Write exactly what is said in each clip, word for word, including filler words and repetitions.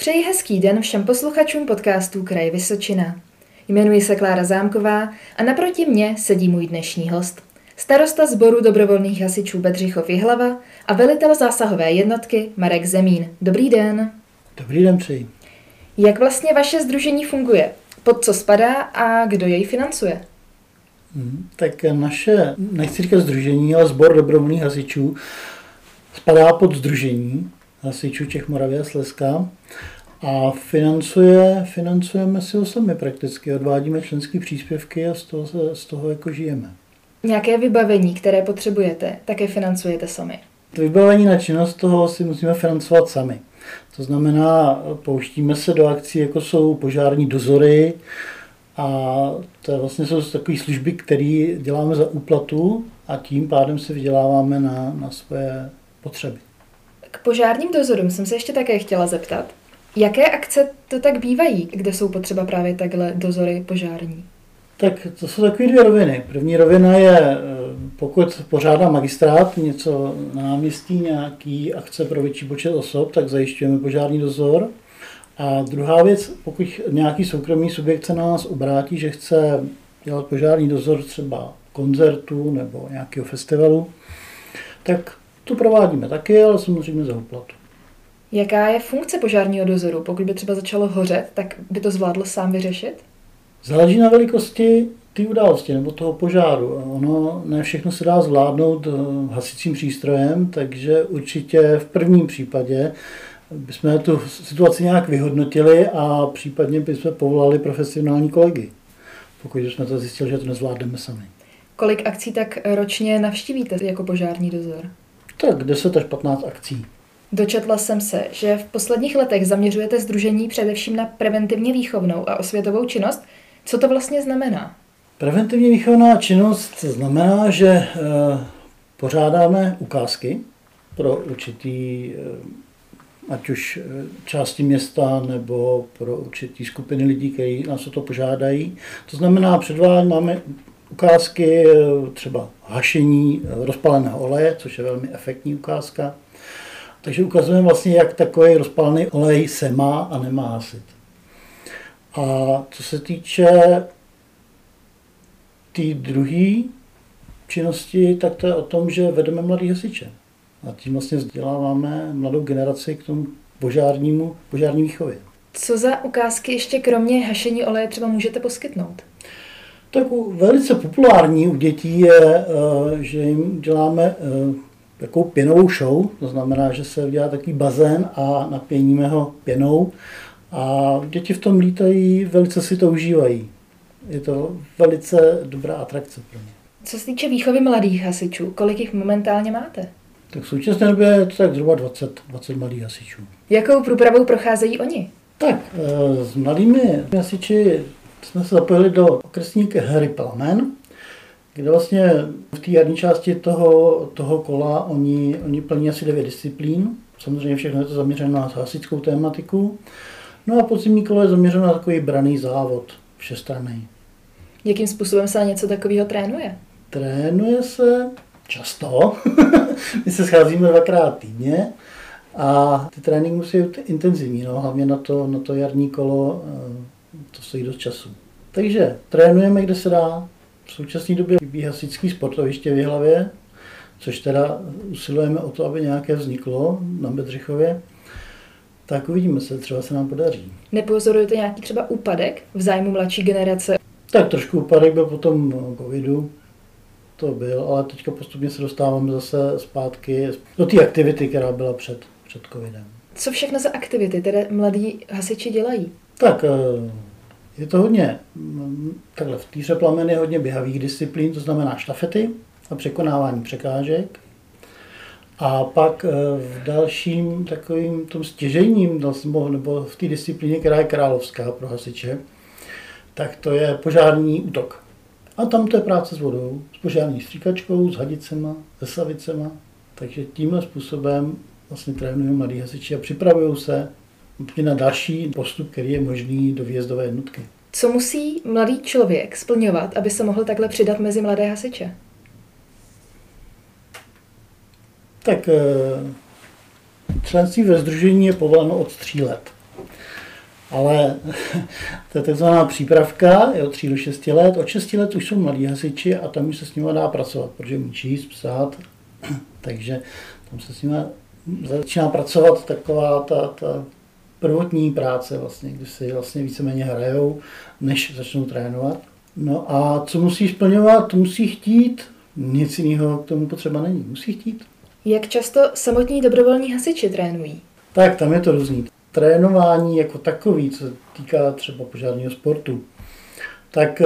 Přeji hezký den všem posluchačům podcastu Kraj Vysočina. Jmenuji se Klára Zámková a naproti mně sedí můj dnešní host, starosta sboru dobrovolných hasičů Bedřichov Jihlava a velitel zásahové jednotky Marek Zemín. Dobrý den. Dobrý den přeji. Jak vlastně vaše sdružení funguje? Pod co spadá a kdo jej financuje? Hmm, tak naše, nechci říkat sdružení, ale sbor dobrovolných hasičů spadá pod sdružení hasičů Čech, Moravy a Slezska a financuje, financujeme si ho sami prakticky, odvádíme členské příspěvky a z toho, z toho jako žijeme. Nějaké vybavení, které potřebujete, také financujete sami? To vybavení na činnost toho si musíme financovat sami. To znamená, pouštíme se do akcí, jako jsou požární dozory a to je vlastně jsou takové služby, které děláme za úplatu a tím pádem si vyděláváme na, na svoje potřeby. K požárním dozorům jsem se ještě také chtěla zeptat. Jaké akce to tak bývají, kde jsou potřeba právě takhle dozory požární? Tak to jsou takové dvě roviny. První rovina je, pokud pořádá magistrát něco na náměstí, nějaký akce pro větší počet osob, tak zajišťujeme požární dozor. A druhá věc, pokud nějaký soukromý subjekt se na nás obrátí, že chce dělat požární dozor třeba koncertu nebo nějakého festivalu, tak to provádíme taky, ale samozřejmě za úplatu. Jaká je funkce požárního dozoru? Pokud by třeba začalo hořet, tak by to zvládlo sám vyřešit? Záleží na velikosti té události nebo toho požáru. Ono ne všechno se dá zvládnout hasicím přístrojem, takže určitě v prvním případě bychom tu situaci nějak vyhodnotili a případně bychom povolali profesionální kolegy, pokud jsme to zjistili, že to nezvládneme sami. Kolik akcí tak ročně navštívíte jako požární dozor? Tak deset až patnáct akcí. Dočetla jsem se, že v posledních letech zaměřujete sdružení především na preventivně výchovnou a osvětovou činnost. Co to vlastně znamená? Preventivně výchovná činnost znamená, že pořádáme ukázky pro určitý, ať už části města nebo pro určitý skupiny lidí, kteří nás o to požádají. To znamená, předvádíme máme ukázky třeba hašení rozpaleného oleje, což je velmi efektní ukázka. Takže ukazujeme vlastně, jak takový rozpalený olej se má a nemá hasit. A co se týče té tý druhé činnosti, tak to je o tom, že vedeme mladý hasiče. A tím vlastně vzděláváme mladou generaci k tomu požárnímu, požární výchově. Co za ukázky ještě kromě hašení oleje třeba můžete poskytnout? Tak velice populární u dětí je, že jim děláme takovou pěnovou show, to znamená, že se udělá takový bazén a napěníme ho pěnou a děti v tom lítají, velice si to užívají. Je to velice dobrá atrakce pro ně. Co se týče výchovy mladých hasičů, kolik jich momentálně máte? Tak v současné době je to tak zhruba dvacet, dvacet mladých hasičů. Jakou průpravou procházejí oni? Tak, s mladými hasiči jsme se zapojili do okresní hry Plamen, kde vlastně v té jarní části toho, toho kola oni, oni plní asi devět disciplín. Samozřejmě všechno je to zaměřeno na hasičskou tématiku. No a podzimní kolo je zaměřeno na takový branný závod, všestranný. Jakým způsobem se na něco takového trénuje? Trénuje se často. My se scházíme dvakrát týdně a ty tréninky musí být intenzivní, no, hlavně na to, na to jarní kolo to stojí dost času. Takže trénujeme, kde se dá. V současné době chybí hasičský sportoviště v Jihlavě, což teda usilujeme o to, aby nějaké vzniklo na Bedřichově. Tak uvidíme se, třeba se nám podaří. Nepozorujete nějaký třeba úpadek v zájmu mladší generace? Tak trošku úpadek byl po tom covidu, to byl, ale teďka postupně se dostáváme zase zpátky do té aktivity, která byla před, před covidem. Co všechno za aktivity tedy mladí hasiči dělají? Tak je to hodně, takhle v týře Plamen je hodně běhavých disciplín, to znamená štafety a překonávání překážek. A pak v dalším takovým tom stěžejním, nebo v té disciplíně, která je královská pro hasiče, tak to je požární útok. A tam to je práce s vodou, s požární stříkačkou, s hadicema, se savicema. Takže tímhle způsobem vlastně trénují mladí hasiči a připravují se na další postup, který je možný do výjezdové jednotky. Co musí mladý člověk splňovat, aby se mohl takhle přidat mezi mladé hasiče? Tak členství ve sdružení je povoleno od tří let. Ale to je takzvaná přípravka, je od tří do šesti let. Od šesti let už jsou mladí hasiči a tam už se s nimi dá pracovat, protože umí číst, psát, takže tam se s nimi začíná pracovat taková ta, ta prvotní práce, vlastně, kdy si vlastně víceméně hrajou, než začnou trénovat. No a co musí splňovat? Musí chtít, nic jiného k tomu potřeba není, musí chtít. Jak často samotní dobrovolní hasiči trénují? Tak, tam je to různý. Trénování jako takový, co se týká třeba požárního sportu, tak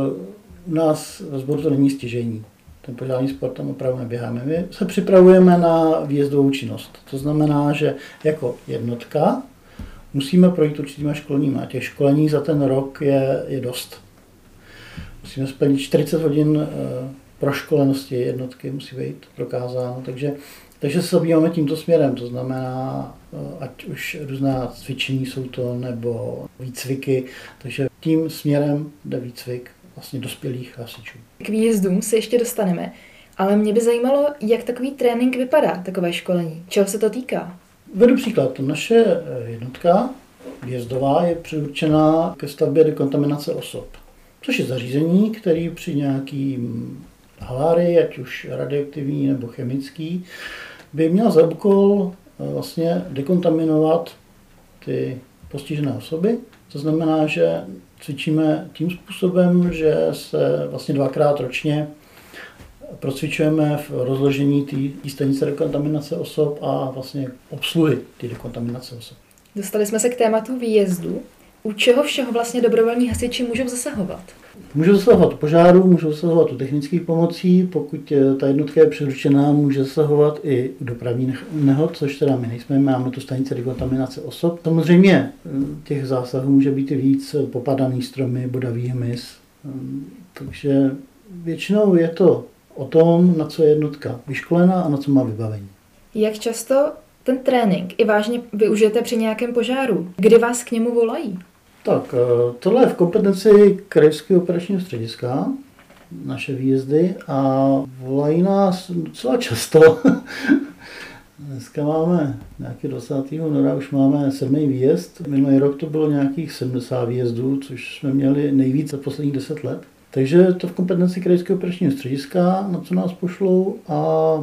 u nás ve sboru to není stěžejní. Ten požární sport tam opravdu neběháme. My se připravujeme na výjezdovou činnost. To znamená, že jako jednotka musíme projít určitýma školeníma. Těch školení za ten rok je, je dost. Musíme splnit čtyřicet hodin proškolenosti jednotky, musí být prokázáno. Takže, takže se zabýváme tímto směrem. To znamená, ať už různá cvičení jsou to, nebo výcviky. Takže tím směrem jde výcvik vlastně dospělých hasičů. K výjezdům se ještě dostaneme, ale mě by zajímalo, jak takový trénink vypadá, takové školení. Čeho se to týká? Vedu příklad. Naše jednotka výjezdová je předurčená ke stavbě dekontaminace osob, což je zařízení, který při nějakým havárii, ať už radioaktivní nebo chemický, by měl za úkol vlastně dekontaminovat ty postižené osoby. To znamená, že cvičíme tím způsobem, že se vlastně dvakrát ročně procvičujeme v rozložení té stanice dekontaminace osob a vlastně obsluhy té dekontaminace osob. Dostali jsme se k tématu výjezdu. U čeho všeho vlastně dobrovolní hasiči můžou zasahovat? Můžou zasahovat u požáru, můžou zasahovat u technických pomocí, pokud ta jednotka je předurčená, může zasahovat i u dopravních nehod, což teda my nejsme, máme tu stanici dekontaminace osob. Samozřejmě těch zásahů může být i víc, popadaný stromy, bodavý hmyz, takže většinou je to o tom, na co je jednotka vyškolená a na co má vybavení. Jak často ten trénink i vážně využijete při nějakém požáru? Kdy vás k němu volají? Tak, tohle je v kompetenci Krajského operačního střediska, naše výjezdy, a volají nás docela často. Dneska máme nějaký dvacátého února, už máme sedmý výjezd. Minulý rok to bylo nějakých sedmdesát výjezdů, což jsme měli nejvíc za posledních deset let. Takže to v kompetenci Krajského operačního střediska, na co nás pošlou, a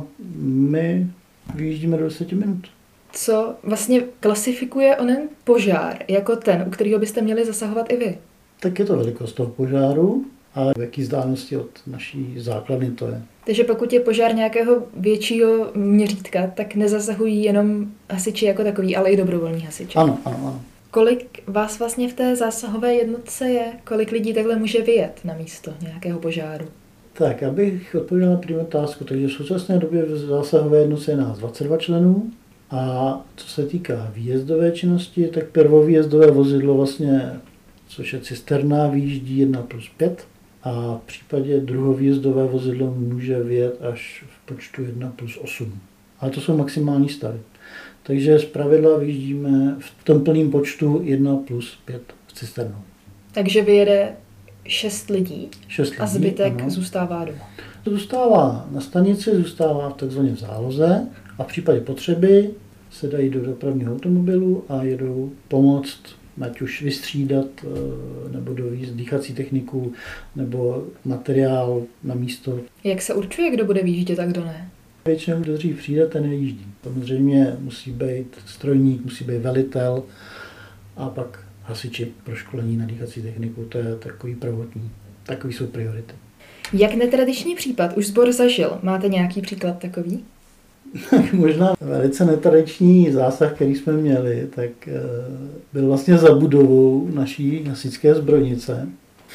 my vyjíždíme do deseti minut. Co vlastně klasifikuje onen požár jako ten, u kterého byste měli zasahovat i vy? Tak je to velikost toho požáru a v jaký vzdálenosti od naší základny to je. Takže pokud je požár nějakého většího měřítka, tak nezasahují jenom hasiči jako takový, ale i dobrovolní hasiči. Ano, ano, ano. Kolik vás vlastně v té zásahové jednotce je? Kolik lidí takhle může vyjet na místo nějakého požáru? Tak, abych odpověděl na první otázku, takže v současné době v zásahové jednotce je nás dvacet dva členů. A co se týká výjezdové činnosti, tak prvovýjezdové vozidlo vlastně, což je cisterna, vyjíždí jedna plus pět a v případě druhovýjezdové vozidlo může vyjet až v počtu jedna plus osm. Ale to jsou maximální stavy. Takže zpravidla vyjíždíme v tom plném počtu jedna plus pět v cisternou. Takže vyjede šest lidí, šest lidí a zbytek ano. Zůstává doma. Zůstává na stanici, zůstává v takzvané v záloze a v případě potřeby se dají do dopravního automobilu a jedou pomoct, ať už vystřídat nebo dovízt dýchací techniku nebo materiál na místo. Jak se určuje, kdo bude vyjíždět a kdo ne? Většinou, kdo dřív přijde, ten nejíždí. Samozřejmě musí být strojník, musí být velitel a pak hasiči pro školení na dýchací techniku. To je takový prvotní. Takový jsou priority. Jak netradiční případ už sbor zažil? Máte nějaký příklad takový? Možná velice netradiční zásah, který jsme měli, tak byl vlastně za budovou naší hasičské zbrojnice.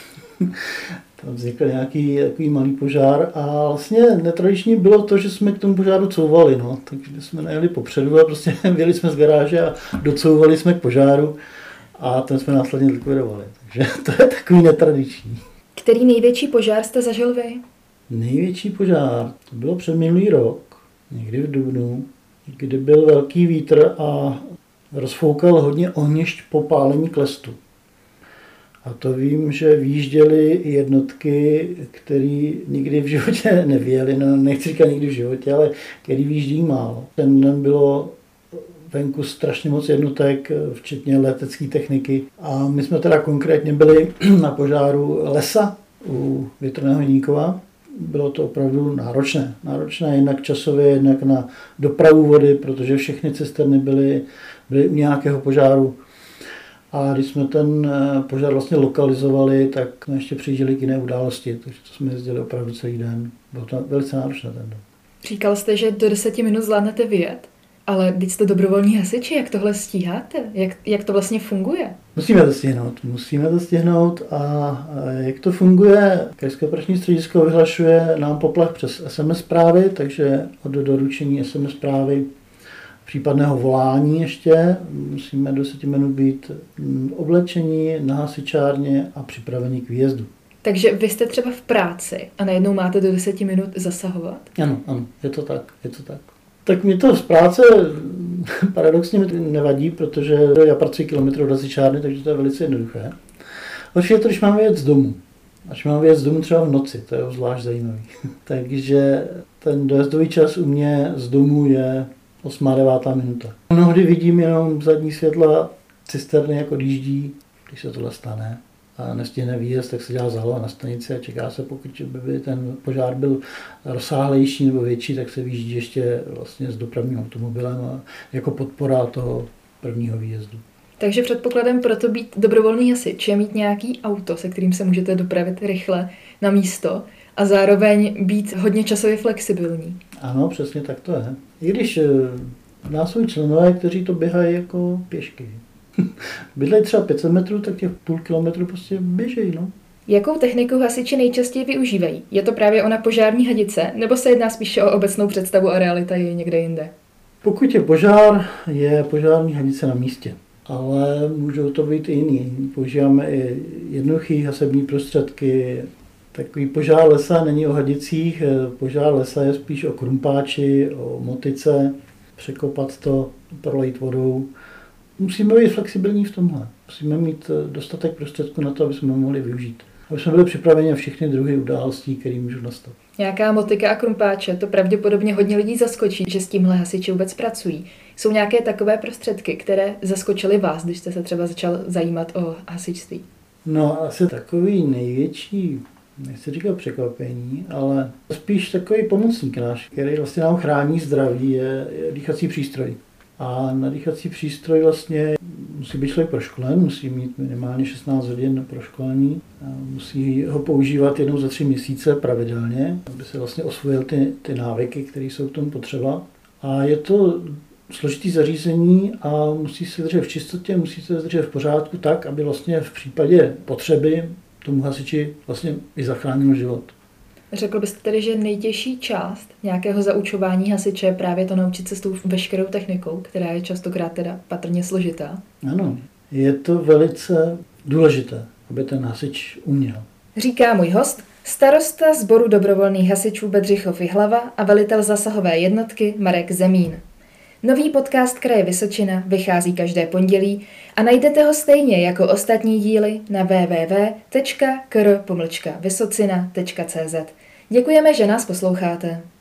Tam vznikl nějaký takový malý požár a vlastně netradiční bylo to, že jsme k tomu požáru couvali. No. Takže jsme najeli popředu a prostě vyjeli jsme z garáže a docouvali jsme k požáru a ten jsme následně likvidovali. Takže to je takový netradiční. Který největší požár jste zažil vy? Největší požár, to bylo předminulý rok, někdy v dubnu, kdy byl velký vítr a rozfoukal hodně ohnišť po pálení klestu. A to vím, že výjížděly jednotky, které nikdy v životě nevěly, no nechci říkat nikdy v životě, ale který výjíždí málo. Ten den bylo venku strašně moc jednotek, včetně letecké techniky. A my jsme teda konkrétně byli na požáru lesa u Větrného Hliníkova. Bylo to opravdu náročné. Náročné jednak časově, jednak na dopravu vody, protože všechny cisterny byly, byly u nějakého požáru. A když jsme ten požár vlastně lokalizovali, tak jsme ještě přijížděli k jiné události, takže to jsme jezdili opravdu celý den. Bylo to velice náročné ten den. Říkal jste, že do deseti minut zvládnete vyjet, ale když jste dobrovolní hasiči, jak tohle stíháte? Jak, jak to vlastně funguje? Musíme to stihnout, musíme to stihnout a jak to funguje? Krajské operační středisko vyhlašuje nám poplach přes es em es zprávy, takže od doručení es em es zprávy případného volání ještě musíme do deseti minut být oblečení na hasičárně a připraveni k výjezdu. Takže vy jste třeba v práci a najednou máte do deseti minut zasahovat? Ano, ano, je to tak, je to tak. Tak mě to z práce paradoxně nevadí, protože já pracuji kilometr od hasičárny, takže to je velice jednoduché. Horší je to, když mám vyjet z domu. Až mám vyjet z domu třeba v noci, to je zvlášť zajímavý. Takže ten dojezdový čas u mě z domu je osmá devátá minuta. Mnohdy vidím jenom zadní světla cisterny, jak odjíždí, když se tohle stane a nestihne výjezd, tak se dělá záloha na stanici a čeká se, pokud by ten požár byl rozsáhlejší nebo větší, tak se vyjíždí ještě vlastně s dopravním automobilem a jako podpora toho prvního výjezdu. Takže předpokladem pro to být dobrovolný hasič je mít nějaký auto, se kterým se můžete dopravit rychle na místo a zároveň být hodně časově flexibilní. Ano, přesně tak to je. I když nás jsou členové, kteří to běhají jako pěšky. Bydlejí třeba pět set metrů, tak těch půl kilometru prostě běžejí, no. Jakou techniku hasiči nejčastěji využívají? Je to právě ona požární hadice, nebo se jedná spíše o obecnou představu a realita je někde jinde? Pokud je požár, je požární hadice na místě. Ale můžou to být i jiný. Používáme i jednoduché hasební prostředky. Takový požár lesa není o hadicích, požár lesa je spíš o krumpáči, o motice, překopat to, prolejt vodou. Musíme být flexibilní v tomhle. Musíme mít dostatek prostředků na to, aby jsme mohli využít. Aby jsme byli připraveni na všechny druhy událostí, které můžou nastat. Nějaká motika a krumpáče, to pravděpodobně hodně lidí zaskočí, že s tímhle hasiči vůbec pracují. Jsou nějaké takové prostředky, které zaskočily vás, když jste se třeba začal zajímat o hasičství? No asi takový největší, nechci říkat překvapení, ale spíš takový pomocník náš, který vlastně nám chrání zdraví, je, je dýchací přístroj. A na dýchací přístroj vlastně musí být člověk proškolen, musí mít minimálně šestnáct hodin proškolení, musí ho používat jednou za tři měsíce pravidelně, aby se vlastně osvojil ty, ty návyky, které jsou k tomu potřeba. A je to složitý zařízení a musí se držet v čistotě, musí se držet v pořádku tak, aby vlastně v případě potřeby tomu hasiči vlastně i zachránil život. Řekl byste tedy, že nejtěžší část nějakého zaučování hasiče je právě to naučit se s tou veškerou technikou, která je častokrát teda patrně složitá? Ano, je to velice důležité, aby ten hasič uměl. Říká můj host, starosta sboru dobrovolných hasičů Bedřichov Jihlava a velitel zásahové jednotky Marek Zemín. Nový podcast Kraje Vysočina vychází každé pondělí a najdete ho stejně jako ostatní díly na w w w tečka k r pomlčka vysocina tečka c z. Děkujeme, že nás posloucháte.